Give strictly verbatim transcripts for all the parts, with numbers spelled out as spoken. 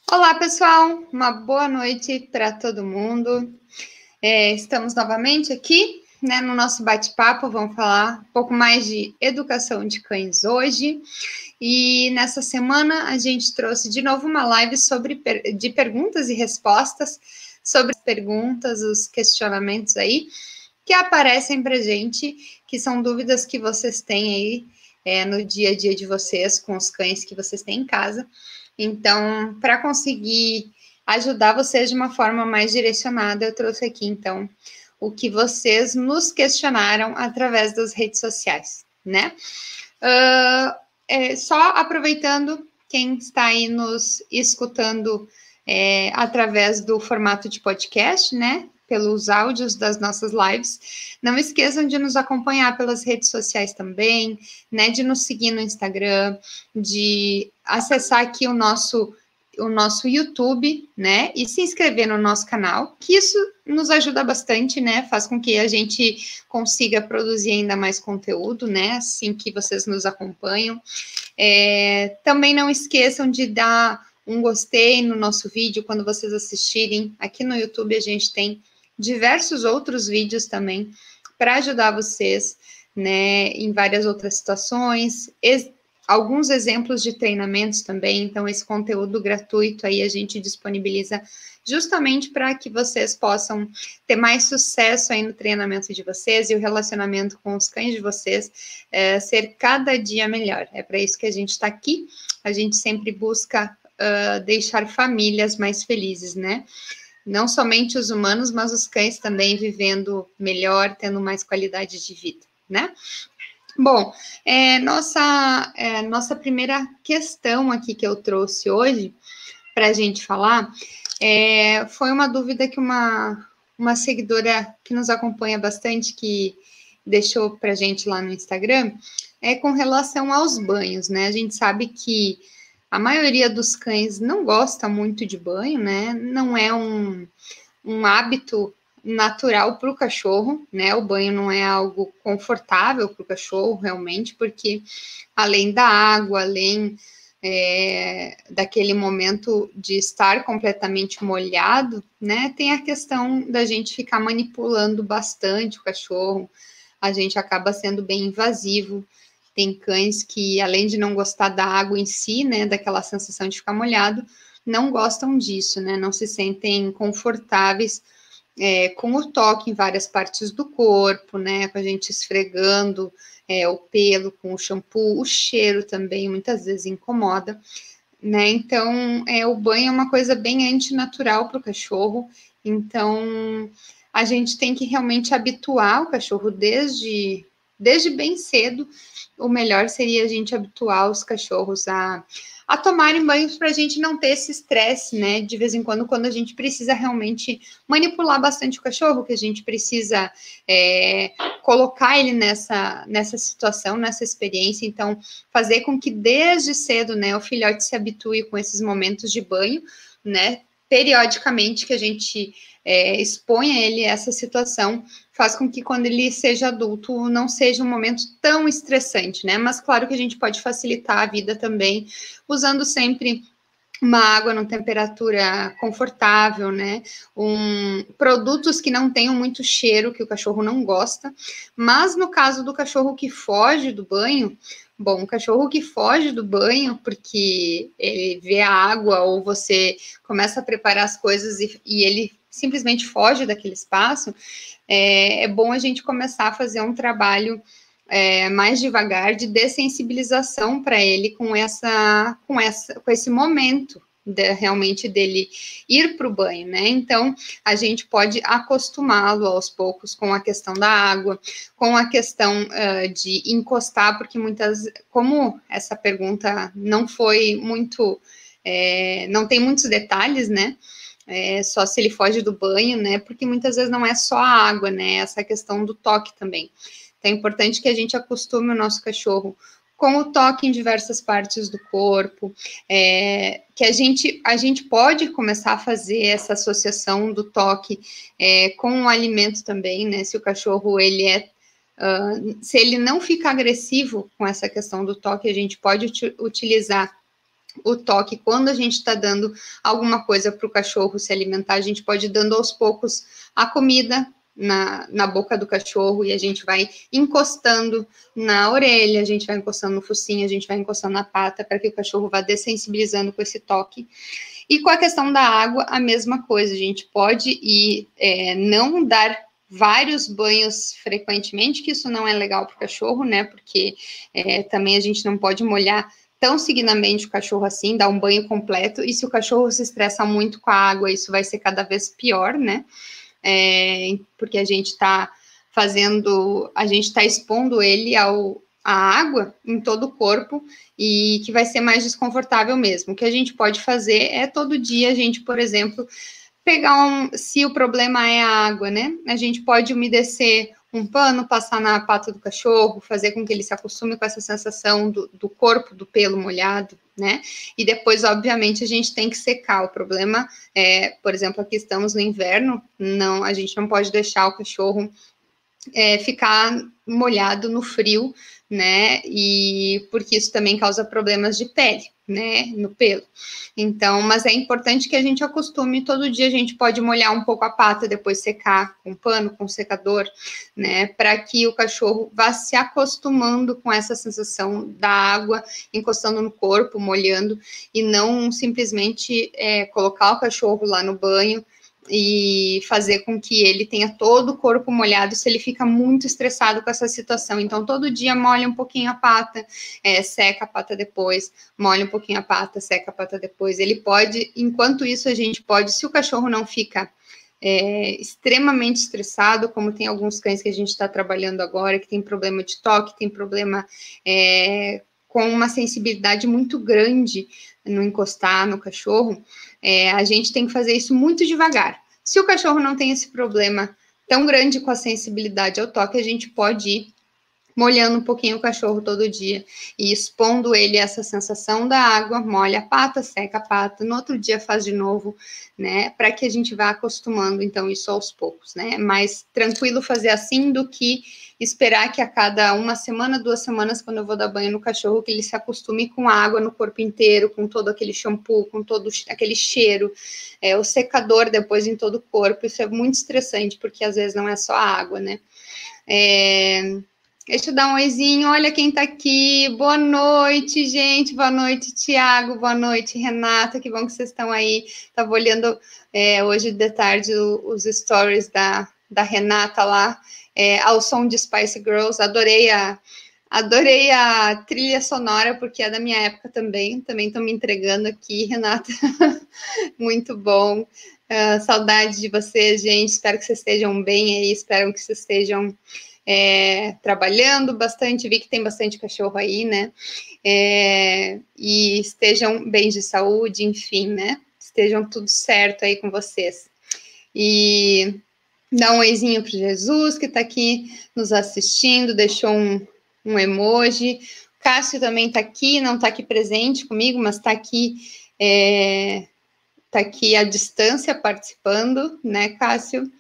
Olá, pessoal, uma boa noite para todo mundo. É, estamos novamente aqui, né, no nosso bate-papo. Vamos falar um pouco mais de educação de cães hoje. E nessa semana a gente trouxe de novo uma live sobre de perguntas e respostas, sobre as perguntas, os questionamentos aí que aparecem para gente, que são dúvidas que vocês têm aí é, no dia a dia de vocês, com os cães que vocês têm em casa. Então, para conseguir ajudar vocês de uma forma mais direcionada, eu trouxe aqui, então, o que vocês nos questionaram através das redes sociais, né? Uh, é, só aproveitando, quem está aí nos escutando é, através do formato de podcast, né? Pelos áudios das nossas lives. Não esqueçam de nos acompanhar pelas redes sociais também, né? De nos seguir no Instagram, de acessar aqui o nosso o nosso YouTube, né? E se inscrever no nosso canal, que isso nos ajuda bastante, né? Faz com que a gente consiga produzir ainda mais conteúdo, né? Assim que vocês nos acompanham. É, também não esqueçam de dar um gostei no nosso vídeo quando vocês assistirem. Aqui no YouTube a gente tem diversos outros vídeos também para ajudar vocês, né, em várias outras situações, ex- alguns exemplos de treinamentos também. Então, esse conteúdo gratuito aí a gente disponibiliza justamente para que vocês possam ter mais sucesso aí no treinamento de vocês e o relacionamento com os cães de vocês é, ser cada dia melhor. É para isso que a gente está aqui. A gente sempre busca uh, deixar famílias mais felizes, né? Não somente os humanos, mas os cães também vivendo melhor, tendo mais qualidade de vida, né? Bom, é, nossa, é, nossa primeira questão aqui que eu trouxe hoje para a gente falar é, foi uma dúvida que uma, uma seguidora que nos acompanha bastante, que deixou para a gente lá no Instagram, é com relação aos banhos, né? A gente sabe que a maioria dos cães não gosta muito de banho, né? Não é um, um hábito natural para o cachorro, né? O banho não é algo confortável para o cachorro, realmente, porque além da água, além é, daquele momento de estar completamente molhado, né? Tem a questão da gente ficar manipulando bastante o cachorro, a gente acaba sendo bem invasivo. Tem cães que, além de não gostar da água em si, né, daquela sensação de ficar molhado, não gostam disso, né, não se sentem confortáveis é, com o toque em várias partes do corpo, né, com a gente esfregando é, o pelo com o shampoo, o cheiro também muitas vezes incomoda, né, então é, o banho é uma coisa bem antinatural para o cachorro, então a gente tem que realmente habituar o cachorro desde, desde bem cedo. O melhor seria a gente habituar os cachorros a, a tomarem banhos para a gente não ter esse estresse, né? De vez em quando, quando a gente precisa realmente manipular bastante o cachorro, que a gente precisa é, colocar ele nessa, nessa situação, nessa experiência. Então, fazer com que desde cedo, né, o filhote se habitue com esses momentos de banho, né? Periodicamente, que a gente é, exponha ele a essa situação, faz com que quando ele seja adulto não seja um momento tão estressante, né? Mas claro que a gente pode facilitar a vida também, usando sempre uma água numa temperatura confortável, né? Um, produtos que não tenham muito cheiro, que o cachorro não gosta. Mas no caso do cachorro que foge do banho, bom, o cachorro que foge do banho porque ele vê a água ou você começa a preparar as coisas e, e ele simplesmente foge daquele espaço, é, é bom a gente começar a fazer um trabalho é, mais devagar de dessensibilização para ele com essa, com essa, com esse momento de, realmente dele ir para o banho, né? Então a gente pode acostumá-lo aos poucos com a questão da água, com a questão uh, de encostar, porque muitas, como essa pergunta não foi muito, é, não tem muitos detalhes, né? É, só se ele foge do banho, né? Porque muitas vezes não é só a água, né? Essa questão do toque também. Então é importante que a gente acostume o nosso cachorro com o toque em diversas partes do corpo, é, que a gente, a gente pode começar a fazer essa associação do toque é, com o alimento também, né? Se o cachorro, ele é, uh, se ele não fica agressivo com essa questão do toque, a gente pode utilizar o toque, quando a gente está dando alguma coisa para o cachorro se alimentar, a gente pode ir dando aos poucos a comida na, na boca do cachorro e a gente vai encostando na orelha, a gente vai encostando no focinho, a gente vai encostando na pata para que o cachorro vá dessensibilizando com esse toque. E com a questão da água, a mesma coisa, a gente pode ir, é, não dar vários banhos frequentemente, que isso não é legal para o cachorro, né? Porque é, também a gente não pode molhar tão seguidamente o cachorro assim, dar um banho completo, e se o cachorro se estressa muito com a água, isso vai ser cada vez pior, né? É, porque a gente está fazendo, a gente está expondo ele ao, à água em todo o corpo, e que vai ser mais desconfortável mesmo. O que a gente pode fazer é todo dia a gente, por exemplo, pegar um, se o problema é a água, né? A gente pode umedecer um pano, passar na pata do cachorro, fazer com que ele se acostume com essa sensação do, do corpo, do pelo molhado, né? E depois, obviamente, a gente tem que secar. O problema é, por exemplo, aqui estamos no inverno, não, a gente não pode deixar o cachorro é, ficar molhado no frio, né? E porque isso também causa problemas de pele, né? No pelo. Então, mas é importante que a gente acostume, todo dia a gente pode molhar um pouco a pata, depois secar com pano, com secador, né? Para que o cachorro vá se acostumando com essa sensação da água encostando no corpo, molhando, e não simplesmente é, colocar o cachorro lá no banho e fazer com que ele tenha todo o corpo molhado se ele fica muito estressado com essa situação. Então, todo dia molha um pouquinho a pata, é, seca a pata depois, molha um pouquinho a pata, seca a pata depois. Ele pode, enquanto isso, a gente pode, se o cachorro não fica é, extremamente estressado, como tem alguns cães que a gente está trabalhando agora, que tem problema de toque, tem problema é, com uma sensibilidade muito grande no encostar no cachorro, é, a gente tem que fazer isso muito devagar. Se o cachorro não tem esse problema tão grande com a sensibilidade ao toque, a gente pode ir molhando um pouquinho o cachorro todo dia e expondo ele a essa sensação da água, molha a pata, seca a pata, no outro dia faz de novo, né, para que a gente vá acostumando, então, isso aos poucos, né, mais tranquilo fazer assim do que esperar que a cada uma semana, duas semanas, quando eu vou dar banho no cachorro, que ele se acostume com a água no corpo inteiro, com todo aquele shampoo, com todo aquele cheiro, é, o secador depois em todo o corpo, isso é muito estressante, porque às vezes não é só a água, né. É... Deixa eu dar um oizinho, olha quem tá aqui, boa noite, gente, boa noite, Tiago, boa noite, Renata, que bom que vocês estão aí. Tava olhando é, hoje de tarde os stories da, da Renata lá, é, ao som de Spice Girls, adorei a, adorei a trilha sonora, porque é da minha época também, também estão me entregando aqui, Renata, muito bom, uh, saudade de vocês, gente, espero que vocês estejam bem aí, espero que vocês estejam É, trabalhando bastante, vi que tem bastante cachorro aí, né, é, e estejam bem de saúde, enfim, né, estejam tudo certo aí com vocês. E dá um oizinho para Jesus, que está aqui nos assistindo, deixou um, um emoji. O Cássio também está aqui, não está aqui presente comigo, mas está aqui, é, tá aqui à distância participando, né, Cássio?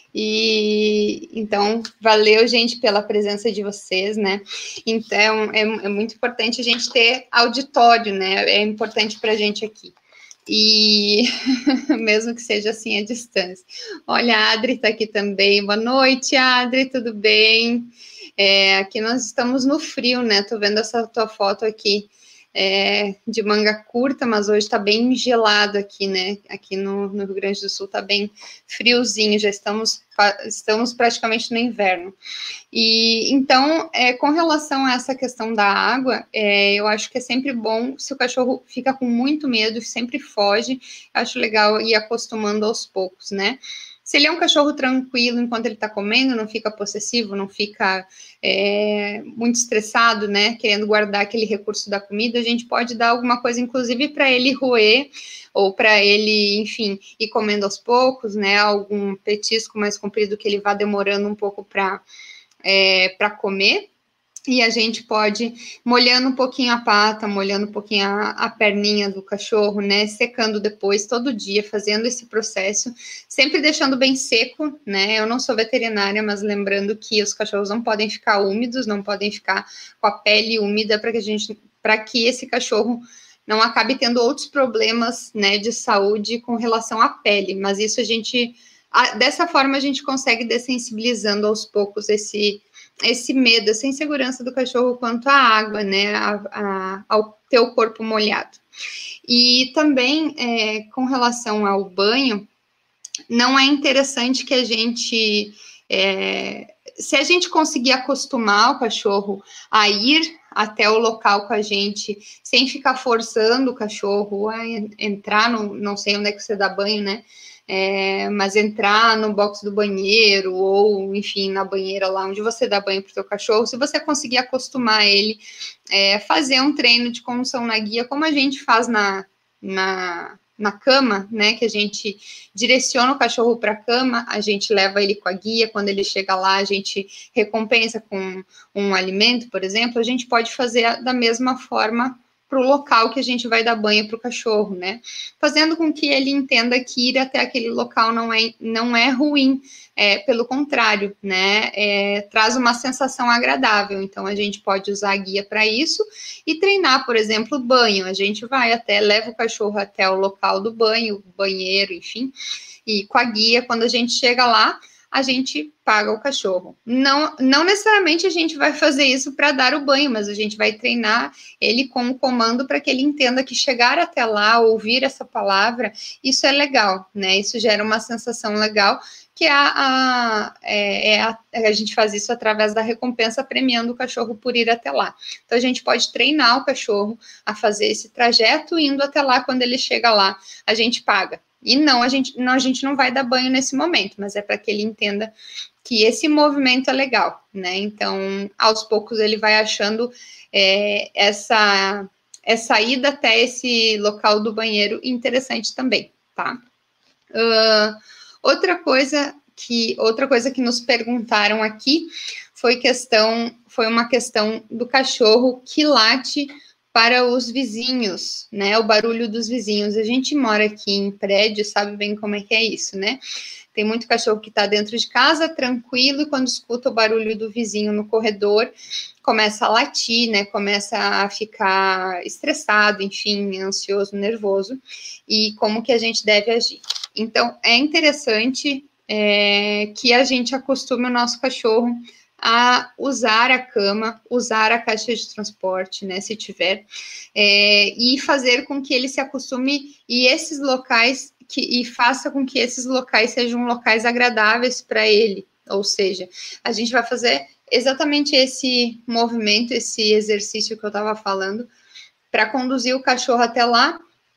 E então, valeu, gente, pela presença de vocês, né? Então, é, é muito importante a gente ter auditório, né? É importante para a gente aqui. E mesmo que seja assim à distância. Olha, a Adri está aqui também. Boa noite, Adri, tudo bem? É, aqui nós estamos no frio, né? Tô vendo essa tua foto aqui. É, de manga curta, mas hoje está bem gelado aqui, né? Aqui no, no Rio Grande do Sul está bem friozinho, já estamos, estamos praticamente no inverno. E então, é, com relação a essa questão da água, é, eu acho que é sempre bom, se o cachorro fica com muito medo, sempre foge, acho legal ir acostumando aos poucos, né? Se ele é um cachorro tranquilo enquanto ele está comendo, não fica possessivo, não fica é, muito estressado, né, querendo guardar aquele recurso da comida, a gente pode dar alguma coisa, inclusive, para ele roer, ou para ele, enfim, ir comendo aos poucos, né, algum petisco mais comprido que ele vá demorando um pouco para é, para comer. E a gente pode, molhando um pouquinho a pata, molhando um pouquinho a, a perninha do cachorro, né, secando depois, todo dia, fazendo esse processo, sempre deixando bem seco, né, eu não sou veterinária, mas lembrando que os cachorros não podem ficar úmidos, não podem ficar com a pele úmida, para que a gente, para que esse cachorro, não acabe tendo outros problemas, né, de saúde com relação à pele. Mas isso a gente, a, dessa forma, a gente consegue dessensibilizando aos poucos esse, esse medo, essa insegurança do cachorro quanto à água, né, a, a, ao ter o corpo molhado. E também, é, com relação ao banho, não é interessante que a gente... É, se a gente conseguir acostumar o cachorro a ir até o local com a gente, sem ficar forçando o cachorro a entrar no... Não sei onde é que você dá banho, né? É, mas entrar no box do banheiro ou, enfim, na banheira lá onde você dá banho para o seu cachorro, se você conseguir acostumar ele, é, fazer um treino de condução na guia, como a gente faz na, na, na cama, né, que a gente direciona o cachorro para a cama, a gente leva ele com a guia, quando ele chega lá, a gente recompensa com um alimento, por exemplo, a gente pode fazer da mesma forma para o local que a gente vai dar banho para o cachorro, né? Fazendo com que ele entenda que ir até aquele local não é, não é ruim, é, pelo contrário, né? É, traz uma sensação agradável. Então, a gente pode usar a guia para isso e treinar, por exemplo, o banho. A gente vai até, leva o cachorro até o local do banho, banheiro, enfim, e com a guia, quando a gente chega lá, a gente paga o cachorro. Não, não necessariamente a gente vai fazer isso para dar o banho, mas a gente vai treinar ele com o comando para que ele entenda que chegar até lá, ouvir essa palavra, isso é legal, né? Isso gera uma sensação legal, que é a, a, é, é a, a gente faz isso através da recompensa, premiando o cachorro por ir até lá. Então, a gente pode treinar o cachorro a fazer esse trajeto, indo até lá, quando ele chega lá, a gente paga. E não, a gente não, a gente não vai dar banho nesse momento, mas é para que ele entenda que esse movimento é legal, né? Então, aos poucos, ele vai achando é, essa, essa ida até esse local do banheiro interessante também, tá? Uh, outra coisa que outra coisa que nos perguntaram aqui foi questão, foi uma questão do cachorro que late para os vizinhos, né? O barulho dos vizinhos. A gente mora aqui em prédio, sabe bem como é que é isso, né? Tem muito cachorro que está dentro de casa, tranquilo, e quando escuta o barulho do vizinho no corredor, começa a latir, né? Começa a ficar estressado, enfim, ansioso, nervoso. E como que a gente deve agir? Então, é interessante é, que a gente acostume o nosso cachorro a usar a cama, usar a caixa de transporte, né, se tiver, é, e fazer com que ele se acostume e esses locais que, e faça com que esses locais sejam locais agradáveis para ele. Ou seja, a gente vai fazer exatamente esse movimento, esse exercício que eu estava falando, para conduzir o cachorro até lá.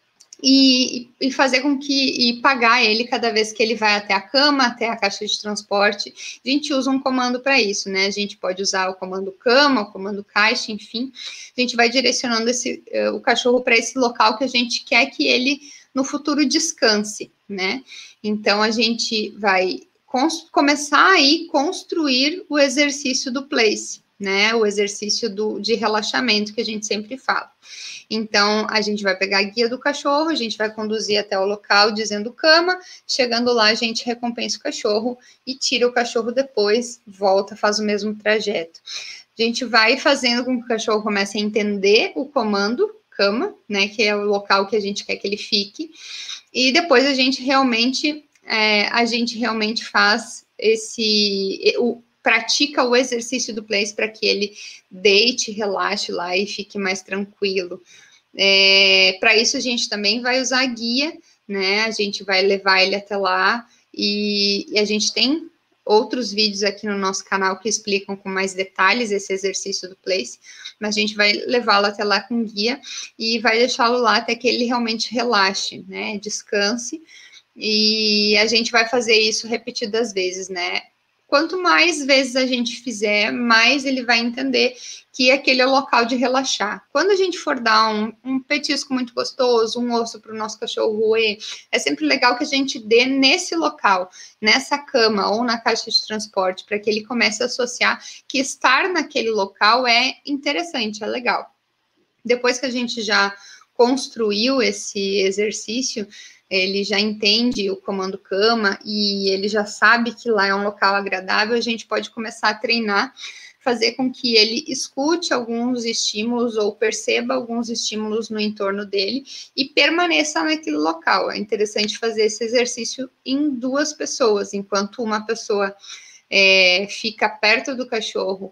E, e fazer com que, e pagar ele cada vez que ele vai até a cama, até a caixa de transporte. A gente usa um comando para isso, né? A gente pode usar o comando cama, o comando caixa, enfim. A gente vai direcionando esse, uh, o cachorro para esse local que a gente quer que ele, no futuro, descanse, né? Então, a gente vai começar aí construir o exercício do place, né? O exercício do, de relaxamento que a gente sempre fala. Então, a gente vai pegar a guia do cachorro, a gente vai conduzir até o local dizendo cama, chegando lá a gente recompensa o cachorro e tira o cachorro depois, volta, faz o mesmo trajeto. A gente vai fazendo com que o cachorro comece a entender o comando cama, né, que é o local que a gente quer que ele fique, e depois a gente realmente, é, a gente realmente faz esse... O, pratica o exercício do place para que ele deite, relaxe lá e fique mais tranquilo. É, para isso, a gente também vai usar a guia, né? A gente vai levar ele até lá e, e a gente tem outros vídeos aqui no nosso canal que explicam com mais detalhes esse exercício do place, mas a gente vai levá-lo até lá com guia e vai deixá-lo lá até que ele realmente relaxe, né? Descanse. E a gente vai fazer isso repetidas vezes, né? Quanto mais vezes a gente fizer, mais ele vai entender que aquele é o local de relaxar. Quando a gente for dar um, um petisco muito gostoso, um osso para o nosso cachorro roer, é sempre legal que a gente dê nesse local, nessa cama ou na caixa de transporte, para que ele comece a associar que estar naquele local é interessante, é legal. Depois que a gente já construiu esse exercício, ele já entende o comando cama e ele já sabe que lá é um local agradável, a gente pode começar a treinar fazer com que ele escute alguns estímulos ou perceba alguns estímulos no entorno dele e permaneça naquele local. É interessante fazer esse exercício em duas pessoas, enquanto uma pessoa é, fica perto do cachorro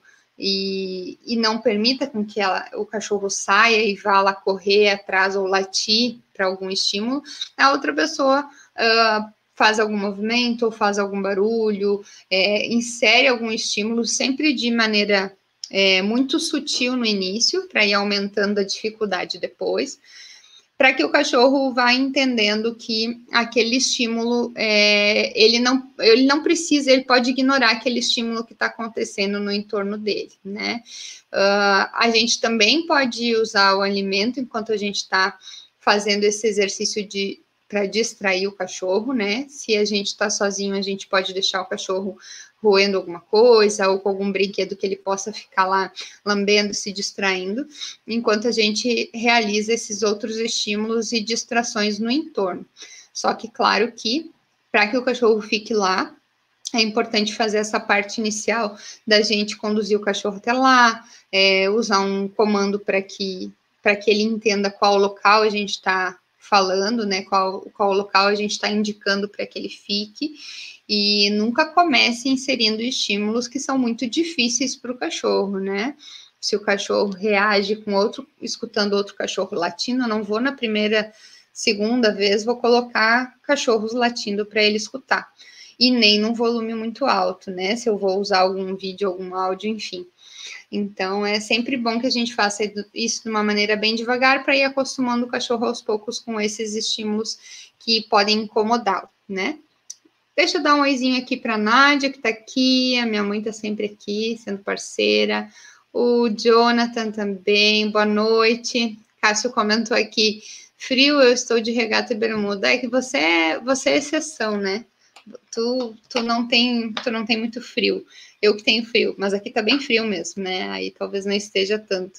e, e não permita com que ela, o cachorro saia e vá lá correr atrás ou latir para algum estímulo, a outra pessoa uh, faz algum movimento ou faz algum barulho, é, insere algum estímulo, sempre de maneira é, muito sutil no início, para ir aumentando a dificuldade depois, para que o cachorro vá entendendo que aquele estímulo, é, ele, não, ele não precisa, ele pode ignorar aquele estímulo que está acontecendo no entorno dele, né? Uh, a gente também pode usar o alimento enquanto a gente está fazendo esse exercício de para distrair o cachorro, né? Se a gente está sozinho, a gente pode deixar o cachorro roendo alguma coisa ou com algum brinquedo que ele possa ficar lá lambendo, se distraindo, enquanto a gente realiza esses outros estímulos e distrações no entorno. Só que, claro que, para que o cachorro fique lá, é importante fazer essa parte inicial da gente conduzir o cachorro até lá, é, usar um comando para que, para que ele entenda qual local a gente está falando, né, qual, qual local a gente está indicando para que ele fique, e nunca comece inserindo estímulos que são muito difíceis para o cachorro, né? Se o cachorro reage com outro, escutando outro cachorro latindo, eu não vou na primeira, segunda vez, vou colocar cachorros latindo para ele escutar, e nem num volume muito alto, né? Se eu vou usar algum vídeo, algum áudio, enfim. Então, é sempre bom que a gente faça isso de uma maneira bem devagar para ir acostumando o cachorro aos poucos com esses estímulos que podem incomodá-lo, né? Deixa eu dar um oizinho aqui para a Nádia, que está aqui, a minha mãe está sempre aqui, sendo parceira, o Jonathan também, boa noite. Cássio comentou aqui, frio, eu estou de regata e bermuda. É que você é, você é exceção, né? Tu, tu, não tem, tu não tem muito frio. Eu que tenho frio, mas aqui tá bem frio mesmo, né? Aí talvez não esteja tanto.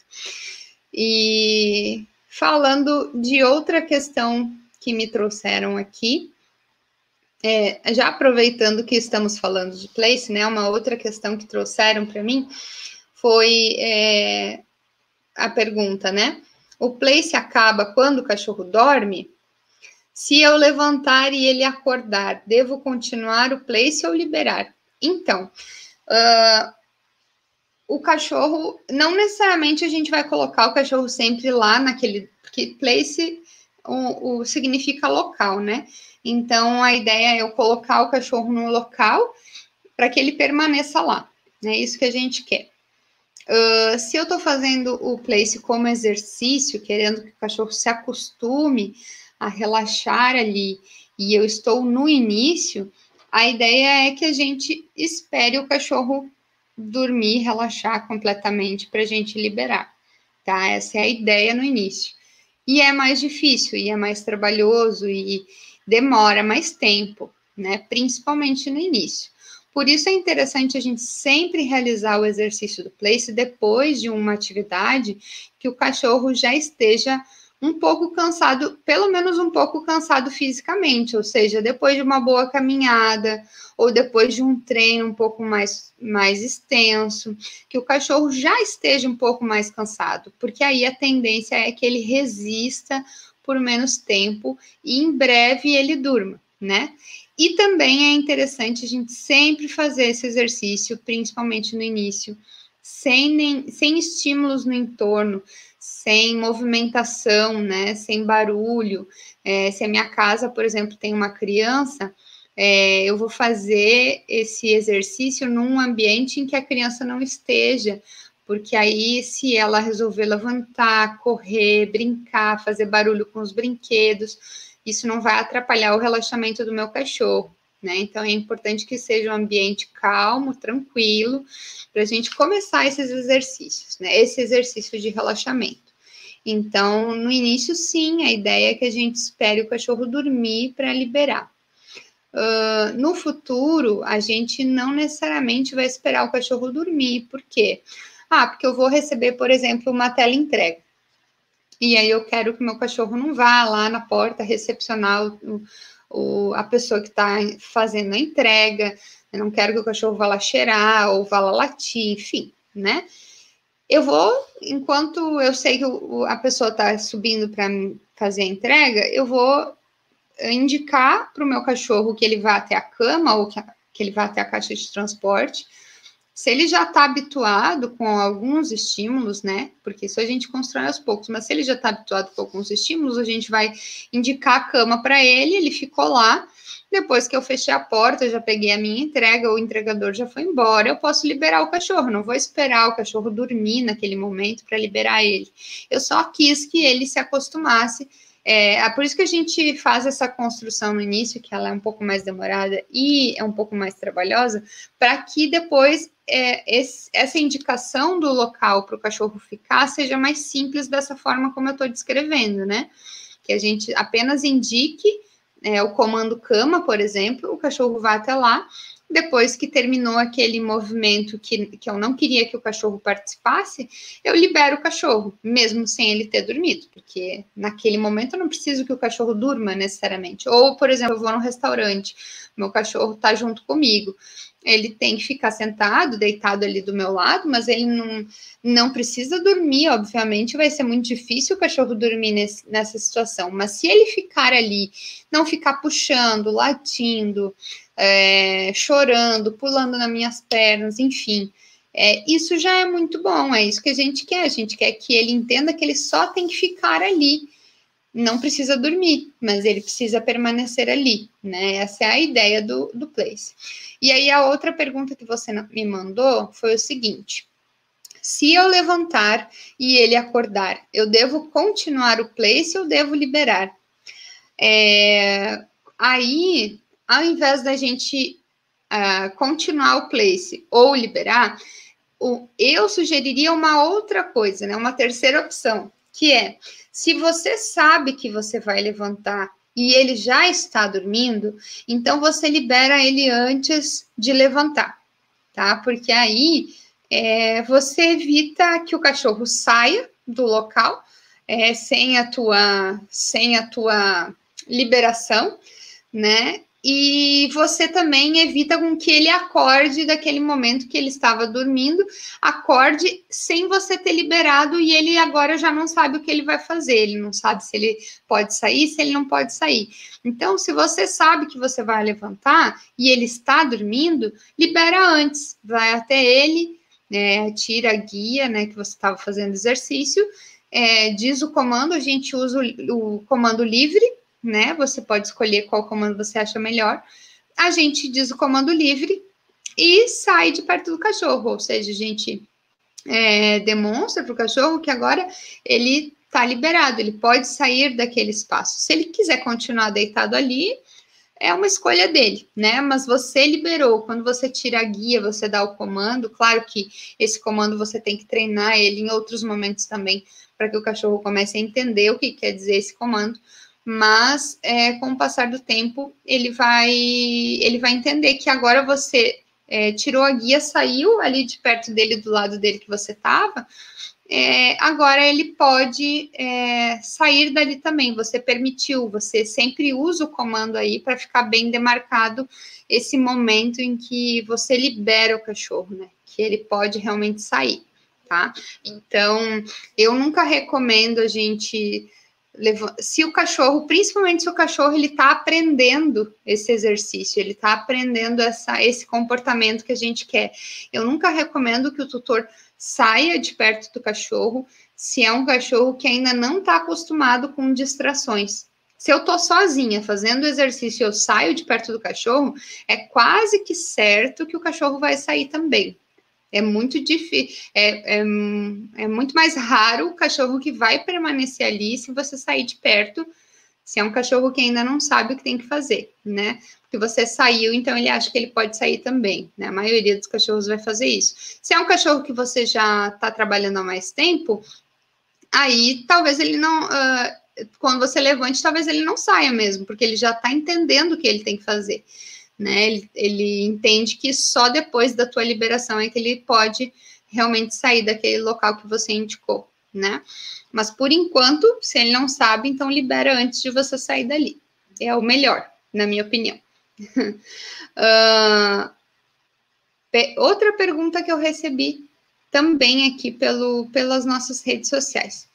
E falando de outra questão que me trouxeram aqui, é, já aproveitando que estamos falando de place, né? Uma outra questão que trouxeram para mim foi é, a pergunta, né? O place acaba quando o cachorro dorme? Se eu levantar e ele acordar, devo continuar o place ou liberar? Então, uh, o cachorro, não necessariamente a gente vai colocar o cachorro sempre lá naquele, porque place o, o, significa local, né? Então, a ideia é eu colocar o cachorro no local para que ele permaneça lá, é né? Isso que a gente quer. Uh, se eu estou fazendo o place como exercício, querendo que o cachorro se acostume a relaxar ali, e eu estou no início, a ideia é que a gente espere o cachorro dormir, relaxar completamente para a gente liberar, tá? Essa é a ideia no início. E é mais difícil, e é mais trabalhoso, e demora mais tempo, né? Principalmente no início. Por isso é interessante a gente sempre realizar o exercício do place depois de uma atividade que o cachorro já esteja um pouco cansado, pelo menos um pouco cansado fisicamente, ou seja, depois de uma boa caminhada, ou depois de um treino um pouco mais, mais extenso, que o cachorro já esteja um pouco mais cansado, porque aí a tendência é que ele resista por menos tempo e em breve ele durma, né? E também é interessante a gente sempre fazer esse exercício, principalmente no início, sem, nem, sem estímulos no entorno, sem movimentação, né, sem barulho. É, se a minha casa, por exemplo, tem uma criança, é, eu vou fazer esse exercício num ambiente em que a criança não esteja, porque aí, se ela resolver levantar, correr, brincar, fazer barulho com os brinquedos, isso não vai atrapalhar o relaxamento do meu cachorro, né? Então, é importante que seja um ambiente calmo, tranquilo, para a gente começar esses exercícios, né? Esse exercício de relaxamento. Então, no início, sim, a ideia é que a gente espere o cachorro dormir para liberar. Uh, no futuro, a gente não necessariamente vai esperar o cachorro dormir. Por quê? Ah, porque eu vou receber, por exemplo, uma teleentrega. E aí eu quero que meu cachorro não vá lá na porta recepcionar o, o, a pessoa que está fazendo a entrega. Eu não quero que o cachorro vá lá cheirar ou vá lá latir, enfim. né? Eu vou, enquanto eu sei que o, a pessoa está subindo para fazer a entrega, eu vou indicar para o meu cachorro que ele vá até a cama ou que, que ele vá até a caixa de transporte. Se ele já está habituado com alguns estímulos, né? Porque isso a gente constrói aos poucos, mas se ele já está habituado com alguns estímulos, a gente vai indicar a cama para ele, ele ficou lá. Depois que eu fechei a porta, eu já peguei a minha entrega, o entregador já foi embora, eu posso liberar o cachorro, não vou esperar o cachorro dormir naquele momento para liberar ele. Eu só quis que ele se acostumasse. É, é por isso que a gente faz essa construção no início, que ela é um pouco mais demorada e é um pouco mais trabalhosa, para que depois é, esse, essa indicação do local para o cachorro ficar seja mais simples dessa forma como eu estou descrevendo, né? Que a gente apenas indique é, o comando cama, por exemplo, o cachorro vai até lá. Depois que terminou aquele movimento que, que eu não queria que o cachorro participasse, eu libero o cachorro, mesmo sem ele ter dormido, porque naquele momento eu não preciso que o cachorro durma necessariamente. Ou, por exemplo, eu vou num restaurante, meu cachorro está junto comigo, ele tem que ficar sentado, deitado ali do meu lado, mas ele não, não precisa dormir, obviamente, vai ser muito difícil o cachorro dormir nesse, nessa situação, mas se ele ficar ali, não ficar puxando, latindo, É, chorando, pulando nas minhas pernas, enfim, é, isso já é muito bom, é isso que a gente quer, a gente quer que ele entenda que ele só tem que ficar ali, não precisa dormir, mas ele precisa permanecer ali, né, essa é a ideia do, do place. E aí a outra pergunta que você me mandou foi o seguinte: se eu levantar e ele acordar, eu devo continuar o place ou devo liberar? É, aí, ao invés da gente uh, continuar o place ou liberar, o, eu sugeriria uma outra coisa, né? Uma terceira opção, que é, se você sabe que você vai levantar e ele já está dormindo, então você libera ele antes de levantar, tá? Porque aí é, você evita que o cachorro saia do local é, sem a tua, sem a tua liberação, né? E você também evita com que ele acorde daquele momento que ele estava dormindo, acorde sem você ter liberado e ele agora já não sabe o que ele vai fazer, ele não sabe se ele pode sair, se ele não pode sair. Então, se você sabe que você vai levantar e ele está dormindo, libera antes, vai até ele, né, tira a guia, né, que você estava fazendo exercício, é, diz o comando, a gente usa o, o comando livre, né? Você pode escolher qual comando você acha melhor. A gente diz o comando livre e sai de perto do cachorro, ou seja, a gente é, demonstra para o cachorro que agora ele está liberado, ele pode sair daquele espaço. Se ele quiser continuar deitado ali, é uma escolha dele, né? Mas você liberou. Quando você tira a guia, você dá o comando. Claro que esse comando você tem que treinar ele em outros momentos também, para que o cachorro comece a entender o que quer dizer esse comando. Mas é, com o passar do tempo ele vai ele vai entender que agora você é, tirou a guia, saiu ali de perto dele, do lado dele que você estava, é, agora ele pode é, sair dali também, você permitiu, você sempre usa o comando aí para ficar bem demarcado esse momento em que você libera o cachorro, né, que ele pode realmente sair, tá? Então, eu nunca recomendo a gente... Se o cachorro, principalmente se o cachorro ele está aprendendo esse exercício, ele está aprendendo essa, esse comportamento que a gente quer, eu nunca recomendo que o tutor saia de perto do cachorro se é um cachorro que ainda não está acostumado com distrações. Se eu estou sozinha fazendo o exercício e eu saio de perto do cachorro, é quase que certo que o cachorro vai sair também. É muito difícil, é, é, é muito mais raro o cachorro que vai permanecer ali se você sair de perto, se é um cachorro que ainda não sabe o que tem que fazer, né? Porque você saiu, então ele acha que ele pode sair também, né? A maioria dos cachorros vai fazer isso. Se é um cachorro que você já está trabalhando há mais tempo, aí talvez ele não... Uh, quando você levante, talvez ele não saia mesmo, porque ele já está entendendo o que ele tem que fazer. Né, ele, ele entende que só depois da tua liberação é que ele pode realmente sair daquele local que você indicou, né? Mas por enquanto, se ele não sabe, então libera antes de você sair dali. É o melhor, na minha opinião. uh, outra pergunta que eu recebi também aqui pelo, pelas nossas redes sociais.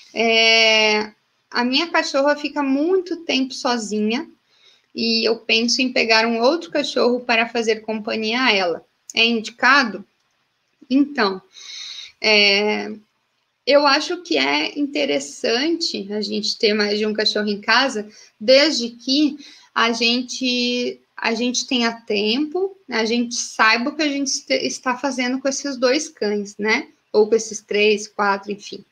É, a minha cachorra fica muito tempo sozinha e eu penso em pegar um outro cachorro para fazer companhia a ela. É indicado? Então, é, eu acho que é interessante a gente ter mais de um cachorro em casa, desde que a gente, a gente tenha tempo, a gente saiba o que a gente está fazendo com esses dois cães, né? Ou com esses três, quatro, enfim.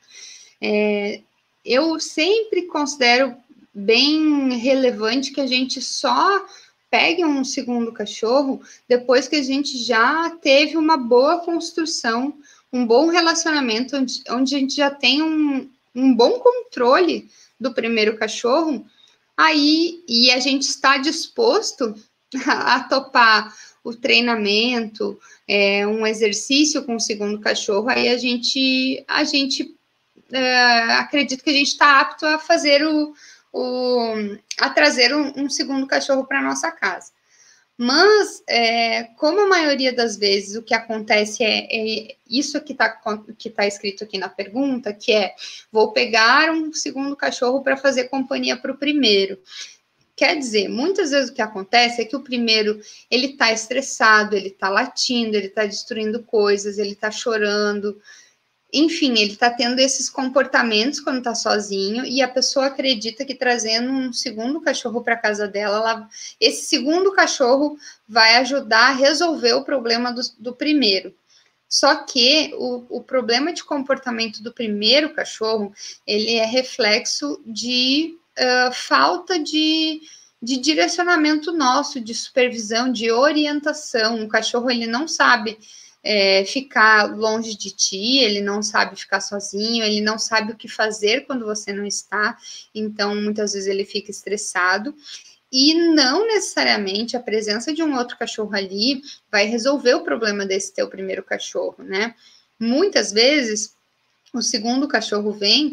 É, eu sempre considero bem relevante que a gente só pegue um segundo cachorro depois que a gente já teve uma boa construção, um bom relacionamento, onde, onde a gente já tem um, um bom controle do primeiro cachorro, aí, e a gente está disposto a, a topar o treinamento, é, um exercício com o segundo cachorro, aí a gente, a gente Uh, acredito que a gente está apto a fazer o, o a trazer um, um segundo cachorro para nossa casa. Mas, é, como a maioria das vezes o que acontece é, é isso que está que tá escrito aqui na pergunta, que é, vou pegar um segundo cachorro para fazer companhia para o primeiro. Quer dizer, muitas vezes o que acontece é que o primeiro, ele está estressado, ele está latindo, ele está destruindo coisas, ele está chorando. Enfim, ele está tendo esses comportamentos quando está sozinho e a pessoa acredita que trazendo um segundo cachorro para casa dela, ela, esse segundo cachorro vai ajudar a resolver o problema do, do primeiro. Só que o, o problema de comportamento do primeiro cachorro, ele é reflexo de uh, falta de, de direcionamento nosso, de supervisão, de orientação. O cachorro, ele não sabe É, ficar longe de ti, ele não sabe ficar sozinho, ele não sabe o que fazer quando você não está, então muitas vezes ele fica estressado, e não necessariamente a presença de um outro cachorro ali vai resolver o problema desse teu primeiro cachorro, né? Muitas vezes o segundo cachorro vem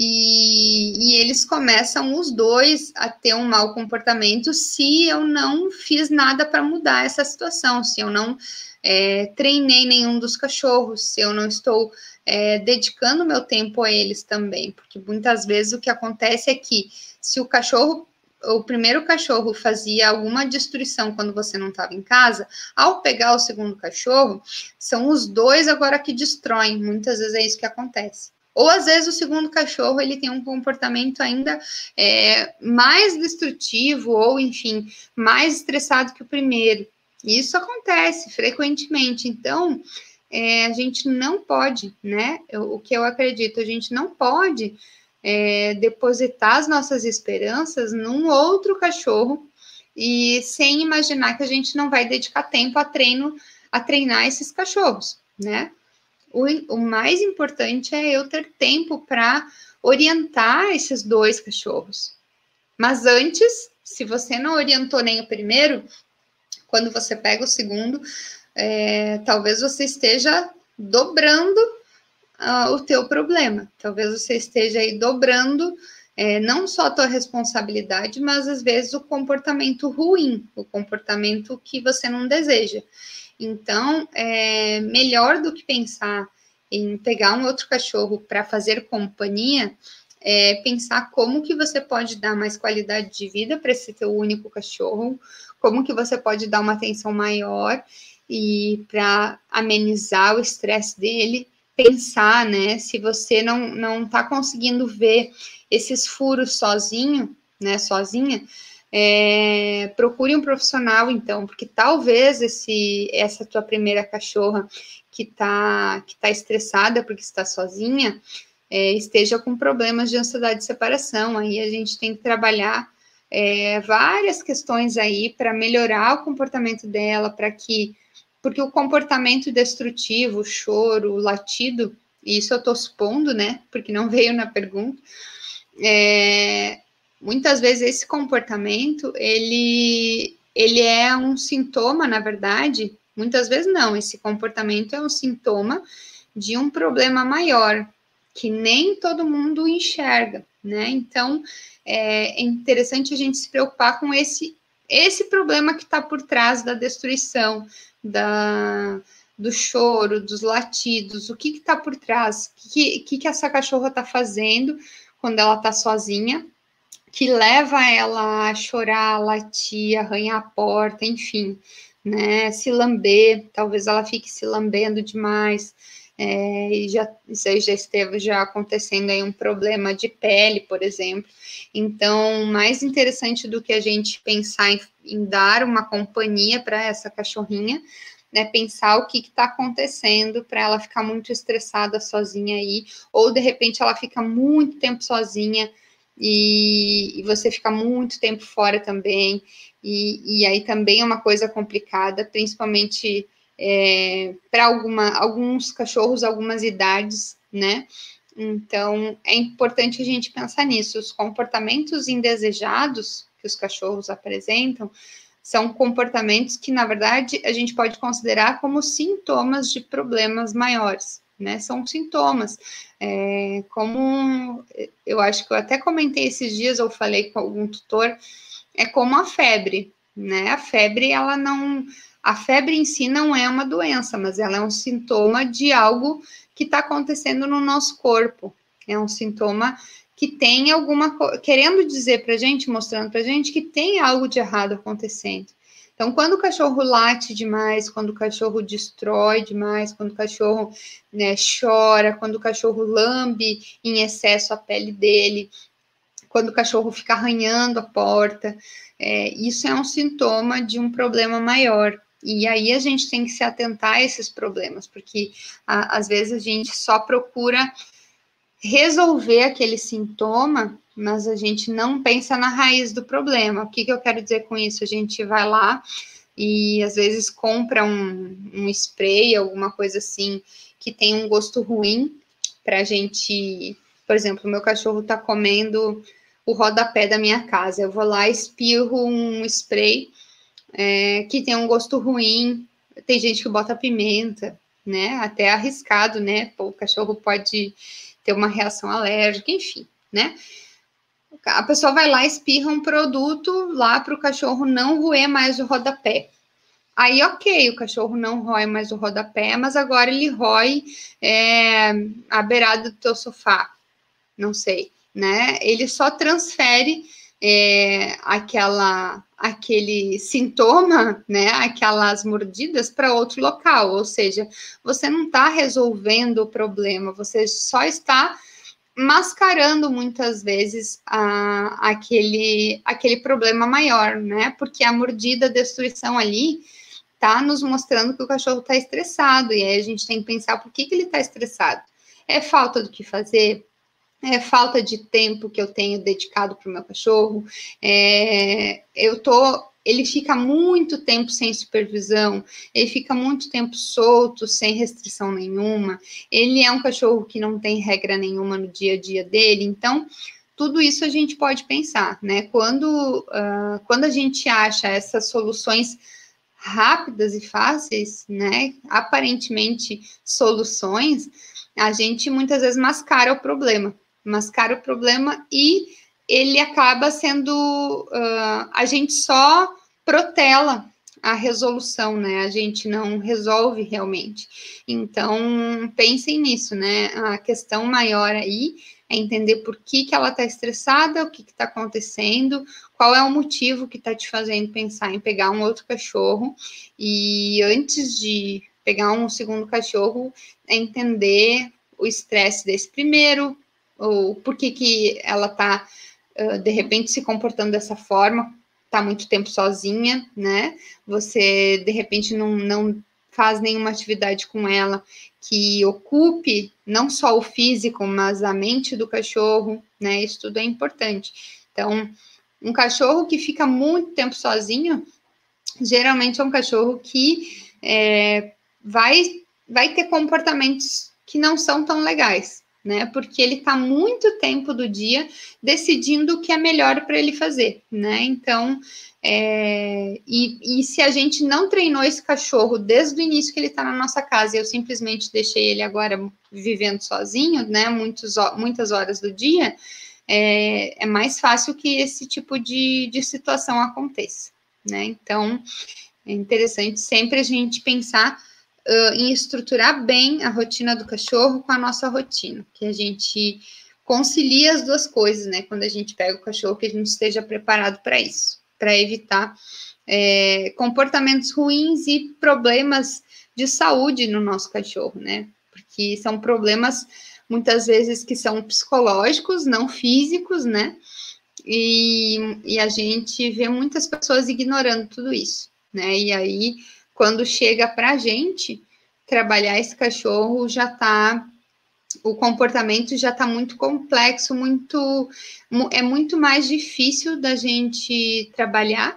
e, e eles começam os dois a ter um mau comportamento se eu não fiz nada para mudar essa situação, se eu não é, treinei nenhum dos cachorros, se eu não estou é, dedicando meu tempo a eles também, porque muitas vezes o que acontece é que se o cachorro, o primeiro cachorro fazia alguma destruição quando você não estava em casa, ao pegar o segundo cachorro, são os dois agora que destroem, muitas vezes é isso que acontece. Ou às vezes o segundo cachorro ele tem um comportamento ainda é, mais destrutivo, ou enfim, mais estressado que o primeiro. Isso acontece frequentemente, então é, a gente não pode, né? Eu, o que eu acredito, a gente não pode é, depositar as nossas esperanças num outro cachorro e sem imaginar que a gente não vai dedicar tempo a treino, a treinar esses cachorros, né? O, o mais importante é eu ter tempo para orientar esses dois cachorros. Mas antes, se você não orientou nem o primeiro, quando você pega o segundo, é, talvez você esteja dobrando uh, o teu problema. Talvez você esteja aí dobrando é, não só a tua responsabilidade, mas às vezes o comportamento ruim, o comportamento que você não deseja. Então, é melhor do que pensar em pegar um outro cachorro para fazer companhia, é pensar como que você pode dar mais qualidade de vida para esse teu único cachorro, como que você pode dar uma atenção maior e para amenizar o estresse dele, pensar, né, se você não não está conseguindo ver esses furos sozinho, né, sozinha, é, procure um profissional, então, porque talvez esse, essa tua primeira cachorra que está que tá estressada porque está sozinha, é, esteja com problemas de ansiedade de separação. Aí a gente tem que trabalhar é, várias questões aí para melhorar o comportamento dela, para que, porque o comportamento destrutivo, o choro, o latido, e isso eu estou supondo, né, porque não veio na pergunta, é, muitas vezes esse comportamento, ele, ele é um sintoma, na verdade, muitas vezes não, esse comportamento é um sintoma de um problema maior, que nem todo mundo enxerga, né? Então, é, é interessante a gente se preocupar com esse, esse problema que está por trás da destruição, da, do choro, dos latidos, o que está por trás, o que, que, que essa cachorra está fazendo quando ela está sozinha, que leva ela a chorar, a latir, arranhar a porta, enfim, né? Se lamber, talvez ela fique se lambendo demais. É, e já, isso aí já esteve já acontecendo aí um problema de pele, por exemplo. Então, mais interessante do que a gente pensar em, em dar uma companhia para essa cachorrinha, né, pensar o que está acontecendo para ela ficar muito estressada sozinha aí, ou de repente ela fica muito tempo sozinha e, e você fica muito tempo fora também, e, e aí também é uma coisa complicada, principalmente é, para alguns cachorros, algumas idades, né? Então, é importante a gente pensar nisso. Os comportamentos indesejados que os cachorros apresentam são comportamentos que, na verdade, a gente pode considerar como sintomas de problemas maiores, né? São sintomas. É, como eu acho que eu até comentei esses dias, ou falei com algum tutor, é como a febre, né? A febre, ela não... A febre em si não é uma doença, mas ela é um sintoma de algo que está acontecendo no nosso corpo. É um sintoma que tem alguma coisa, querendo dizer para a gente, mostrando para a gente que tem algo de errado acontecendo. Então, quando o cachorro late demais, quando o cachorro destrói demais, quando o cachorro, né, chora, quando o cachorro lambe em excesso a pele dele, quando o cachorro fica arranhando a porta, é, isso é um sintoma de um problema maior. E aí a gente tem que se atentar a esses problemas, porque a, às vezes a gente só procura resolver aquele sintoma, mas a gente não pensa na raiz do problema. O que, que eu quero dizer com isso? A gente vai lá e às vezes compra um, um spray, alguma coisa assim, que tem um gosto ruim para a gente... Por exemplo, o meu cachorro está comendo o rodapé da minha casa. Eu vou lá e espirro um spray é, que tem um gosto ruim. Tem gente que bota pimenta, né? Até arriscado, né? Pô, o cachorro pode ter uma reação alérgica, enfim, né? A pessoa vai lá e espirra um produto lá para o cachorro não roer mais o rodapé. Aí, ok, o cachorro não rói mais o rodapé, mas agora ele rói é, a beirada do teu sofá. Não sei, né? Ele só transfere é, aquela, aquele sintoma, né? Aquelas mordidas para outro local. Ou seja, você não está resolvendo o problema, você só está mascarando muitas vezes a, aquele, aquele problema maior, né? Porque a mordida, a destruição ali tá nos mostrando que o cachorro está estressado, e aí a gente tem que pensar por que, que ele está estressado. É falta do que fazer? É falta de tempo que eu tenho dedicado para o meu cachorro? É, eu tô... Ele fica muito tempo sem supervisão, ele fica muito tempo solto, sem restrição nenhuma, ele é um cachorro que não tem regra nenhuma no dia a dia dele, então tudo isso a gente pode pensar, né? Quando, uh, quando a gente acha essas soluções rápidas e fáceis, né? Aparentemente soluções, a gente muitas vezes mascara o problema, mascara o problema e ele acaba sendo, uh, a gente só protela a resolução, né? A gente não resolve realmente. Então, pensem nisso, né? A questão maior aí é entender por que, que ela está estressada, o que está acontecendo, qual é o motivo que está te fazendo pensar em pegar um outro cachorro, e antes de pegar um segundo cachorro, é entender o estresse desse primeiro, ou por que, que ela está, uh, de repente, se comportando dessa forma, está muito tempo sozinha, né? Você, de repente, não, não faz nenhuma atividade com ela que ocupe não só o físico, mas a mente do cachorro, né? Isso tudo é importante. Então, um cachorro que fica muito tempo sozinho, geralmente é um cachorro que é, vai, vai ter comportamentos que não são tão legais, né? Porque ele está muito tempo do dia decidindo o que é melhor para ele fazer, né? Então, é, e, e se a gente não treinou esse cachorro desde o início que ele está na nossa casa, e eu simplesmente deixei ele agora vivendo sozinho, né? Muitos, muitas horas do dia, é, é mais fácil que esse tipo de, de situação aconteça, né? Então, é interessante sempre a gente pensar uh, em estruturar bem a rotina do cachorro com a nossa rotina, que a gente concilie as duas coisas, né? Quando a gente pega o cachorro, que a gente esteja preparado para isso, para evitar é, comportamentos ruins e problemas de saúde no nosso cachorro, né? Porque são problemas, muitas vezes, que são psicológicos, não físicos, né? E, e a gente vê muitas pessoas ignorando tudo isso, né? E aí, quando chega para a gente trabalhar esse cachorro, já tá, o comportamento já está muito complexo, muito, é muito mais difícil da gente trabalhar,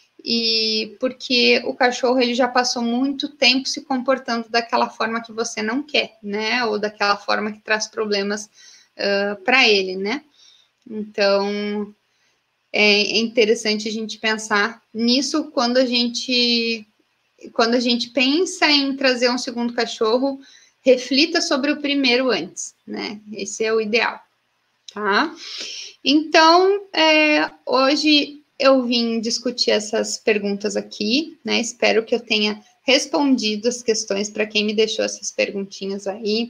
e porque o cachorro ele já passou muito tempo se comportando daquela forma que você não quer, né? Ou daquela forma que traz problemas uh, para ele, né? Então, é interessante a gente pensar nisso quando a gente, quando a gente pensa em trazer um segundo cachorro, reflita sobre o primeiro antes, né? Esse é o ideal, tá? Então, é, hoje eu vim discutir essas perguntas aqui, né? Espero que eu tenha respondido as questões para quem me deixou essas perguntinhas aí.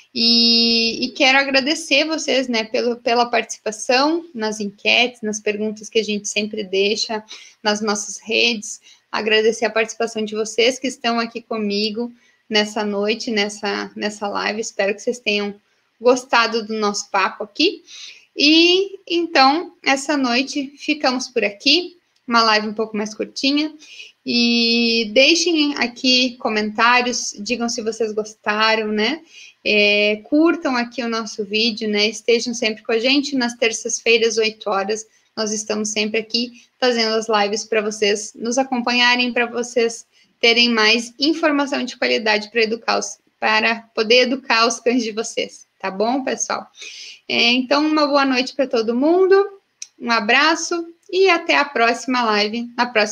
E, e quero agradecer vocês, né, pelo, pela participação nas enquetes, nas perguntas que a gente sempre deixa nas nossas redes. Agradecer a participação de vocês que estão aqui comigo nessa noite, nessa, nessa live. Espero que vocês tenham gostado do nosso papo aqui. E então, essa noite ficamos por aqui, uma live um pouco mais curtinha. E deixem aqui comentários, digam se vocês gostaram, né? É, curtam aqui o nosso vídeo, né? Estejam sempre com a gente nas terças-feiras, oito horas. Nós estamos sempre aqui fazendo as lives para vocês nos acompanharem, para vocês terem mais informação de qualidade para educar os, para poder educar os cães de vocês, tá bom, pessoal? É, então, uma boa noite para todo mundo, um abraço e até a próxima live, na próxima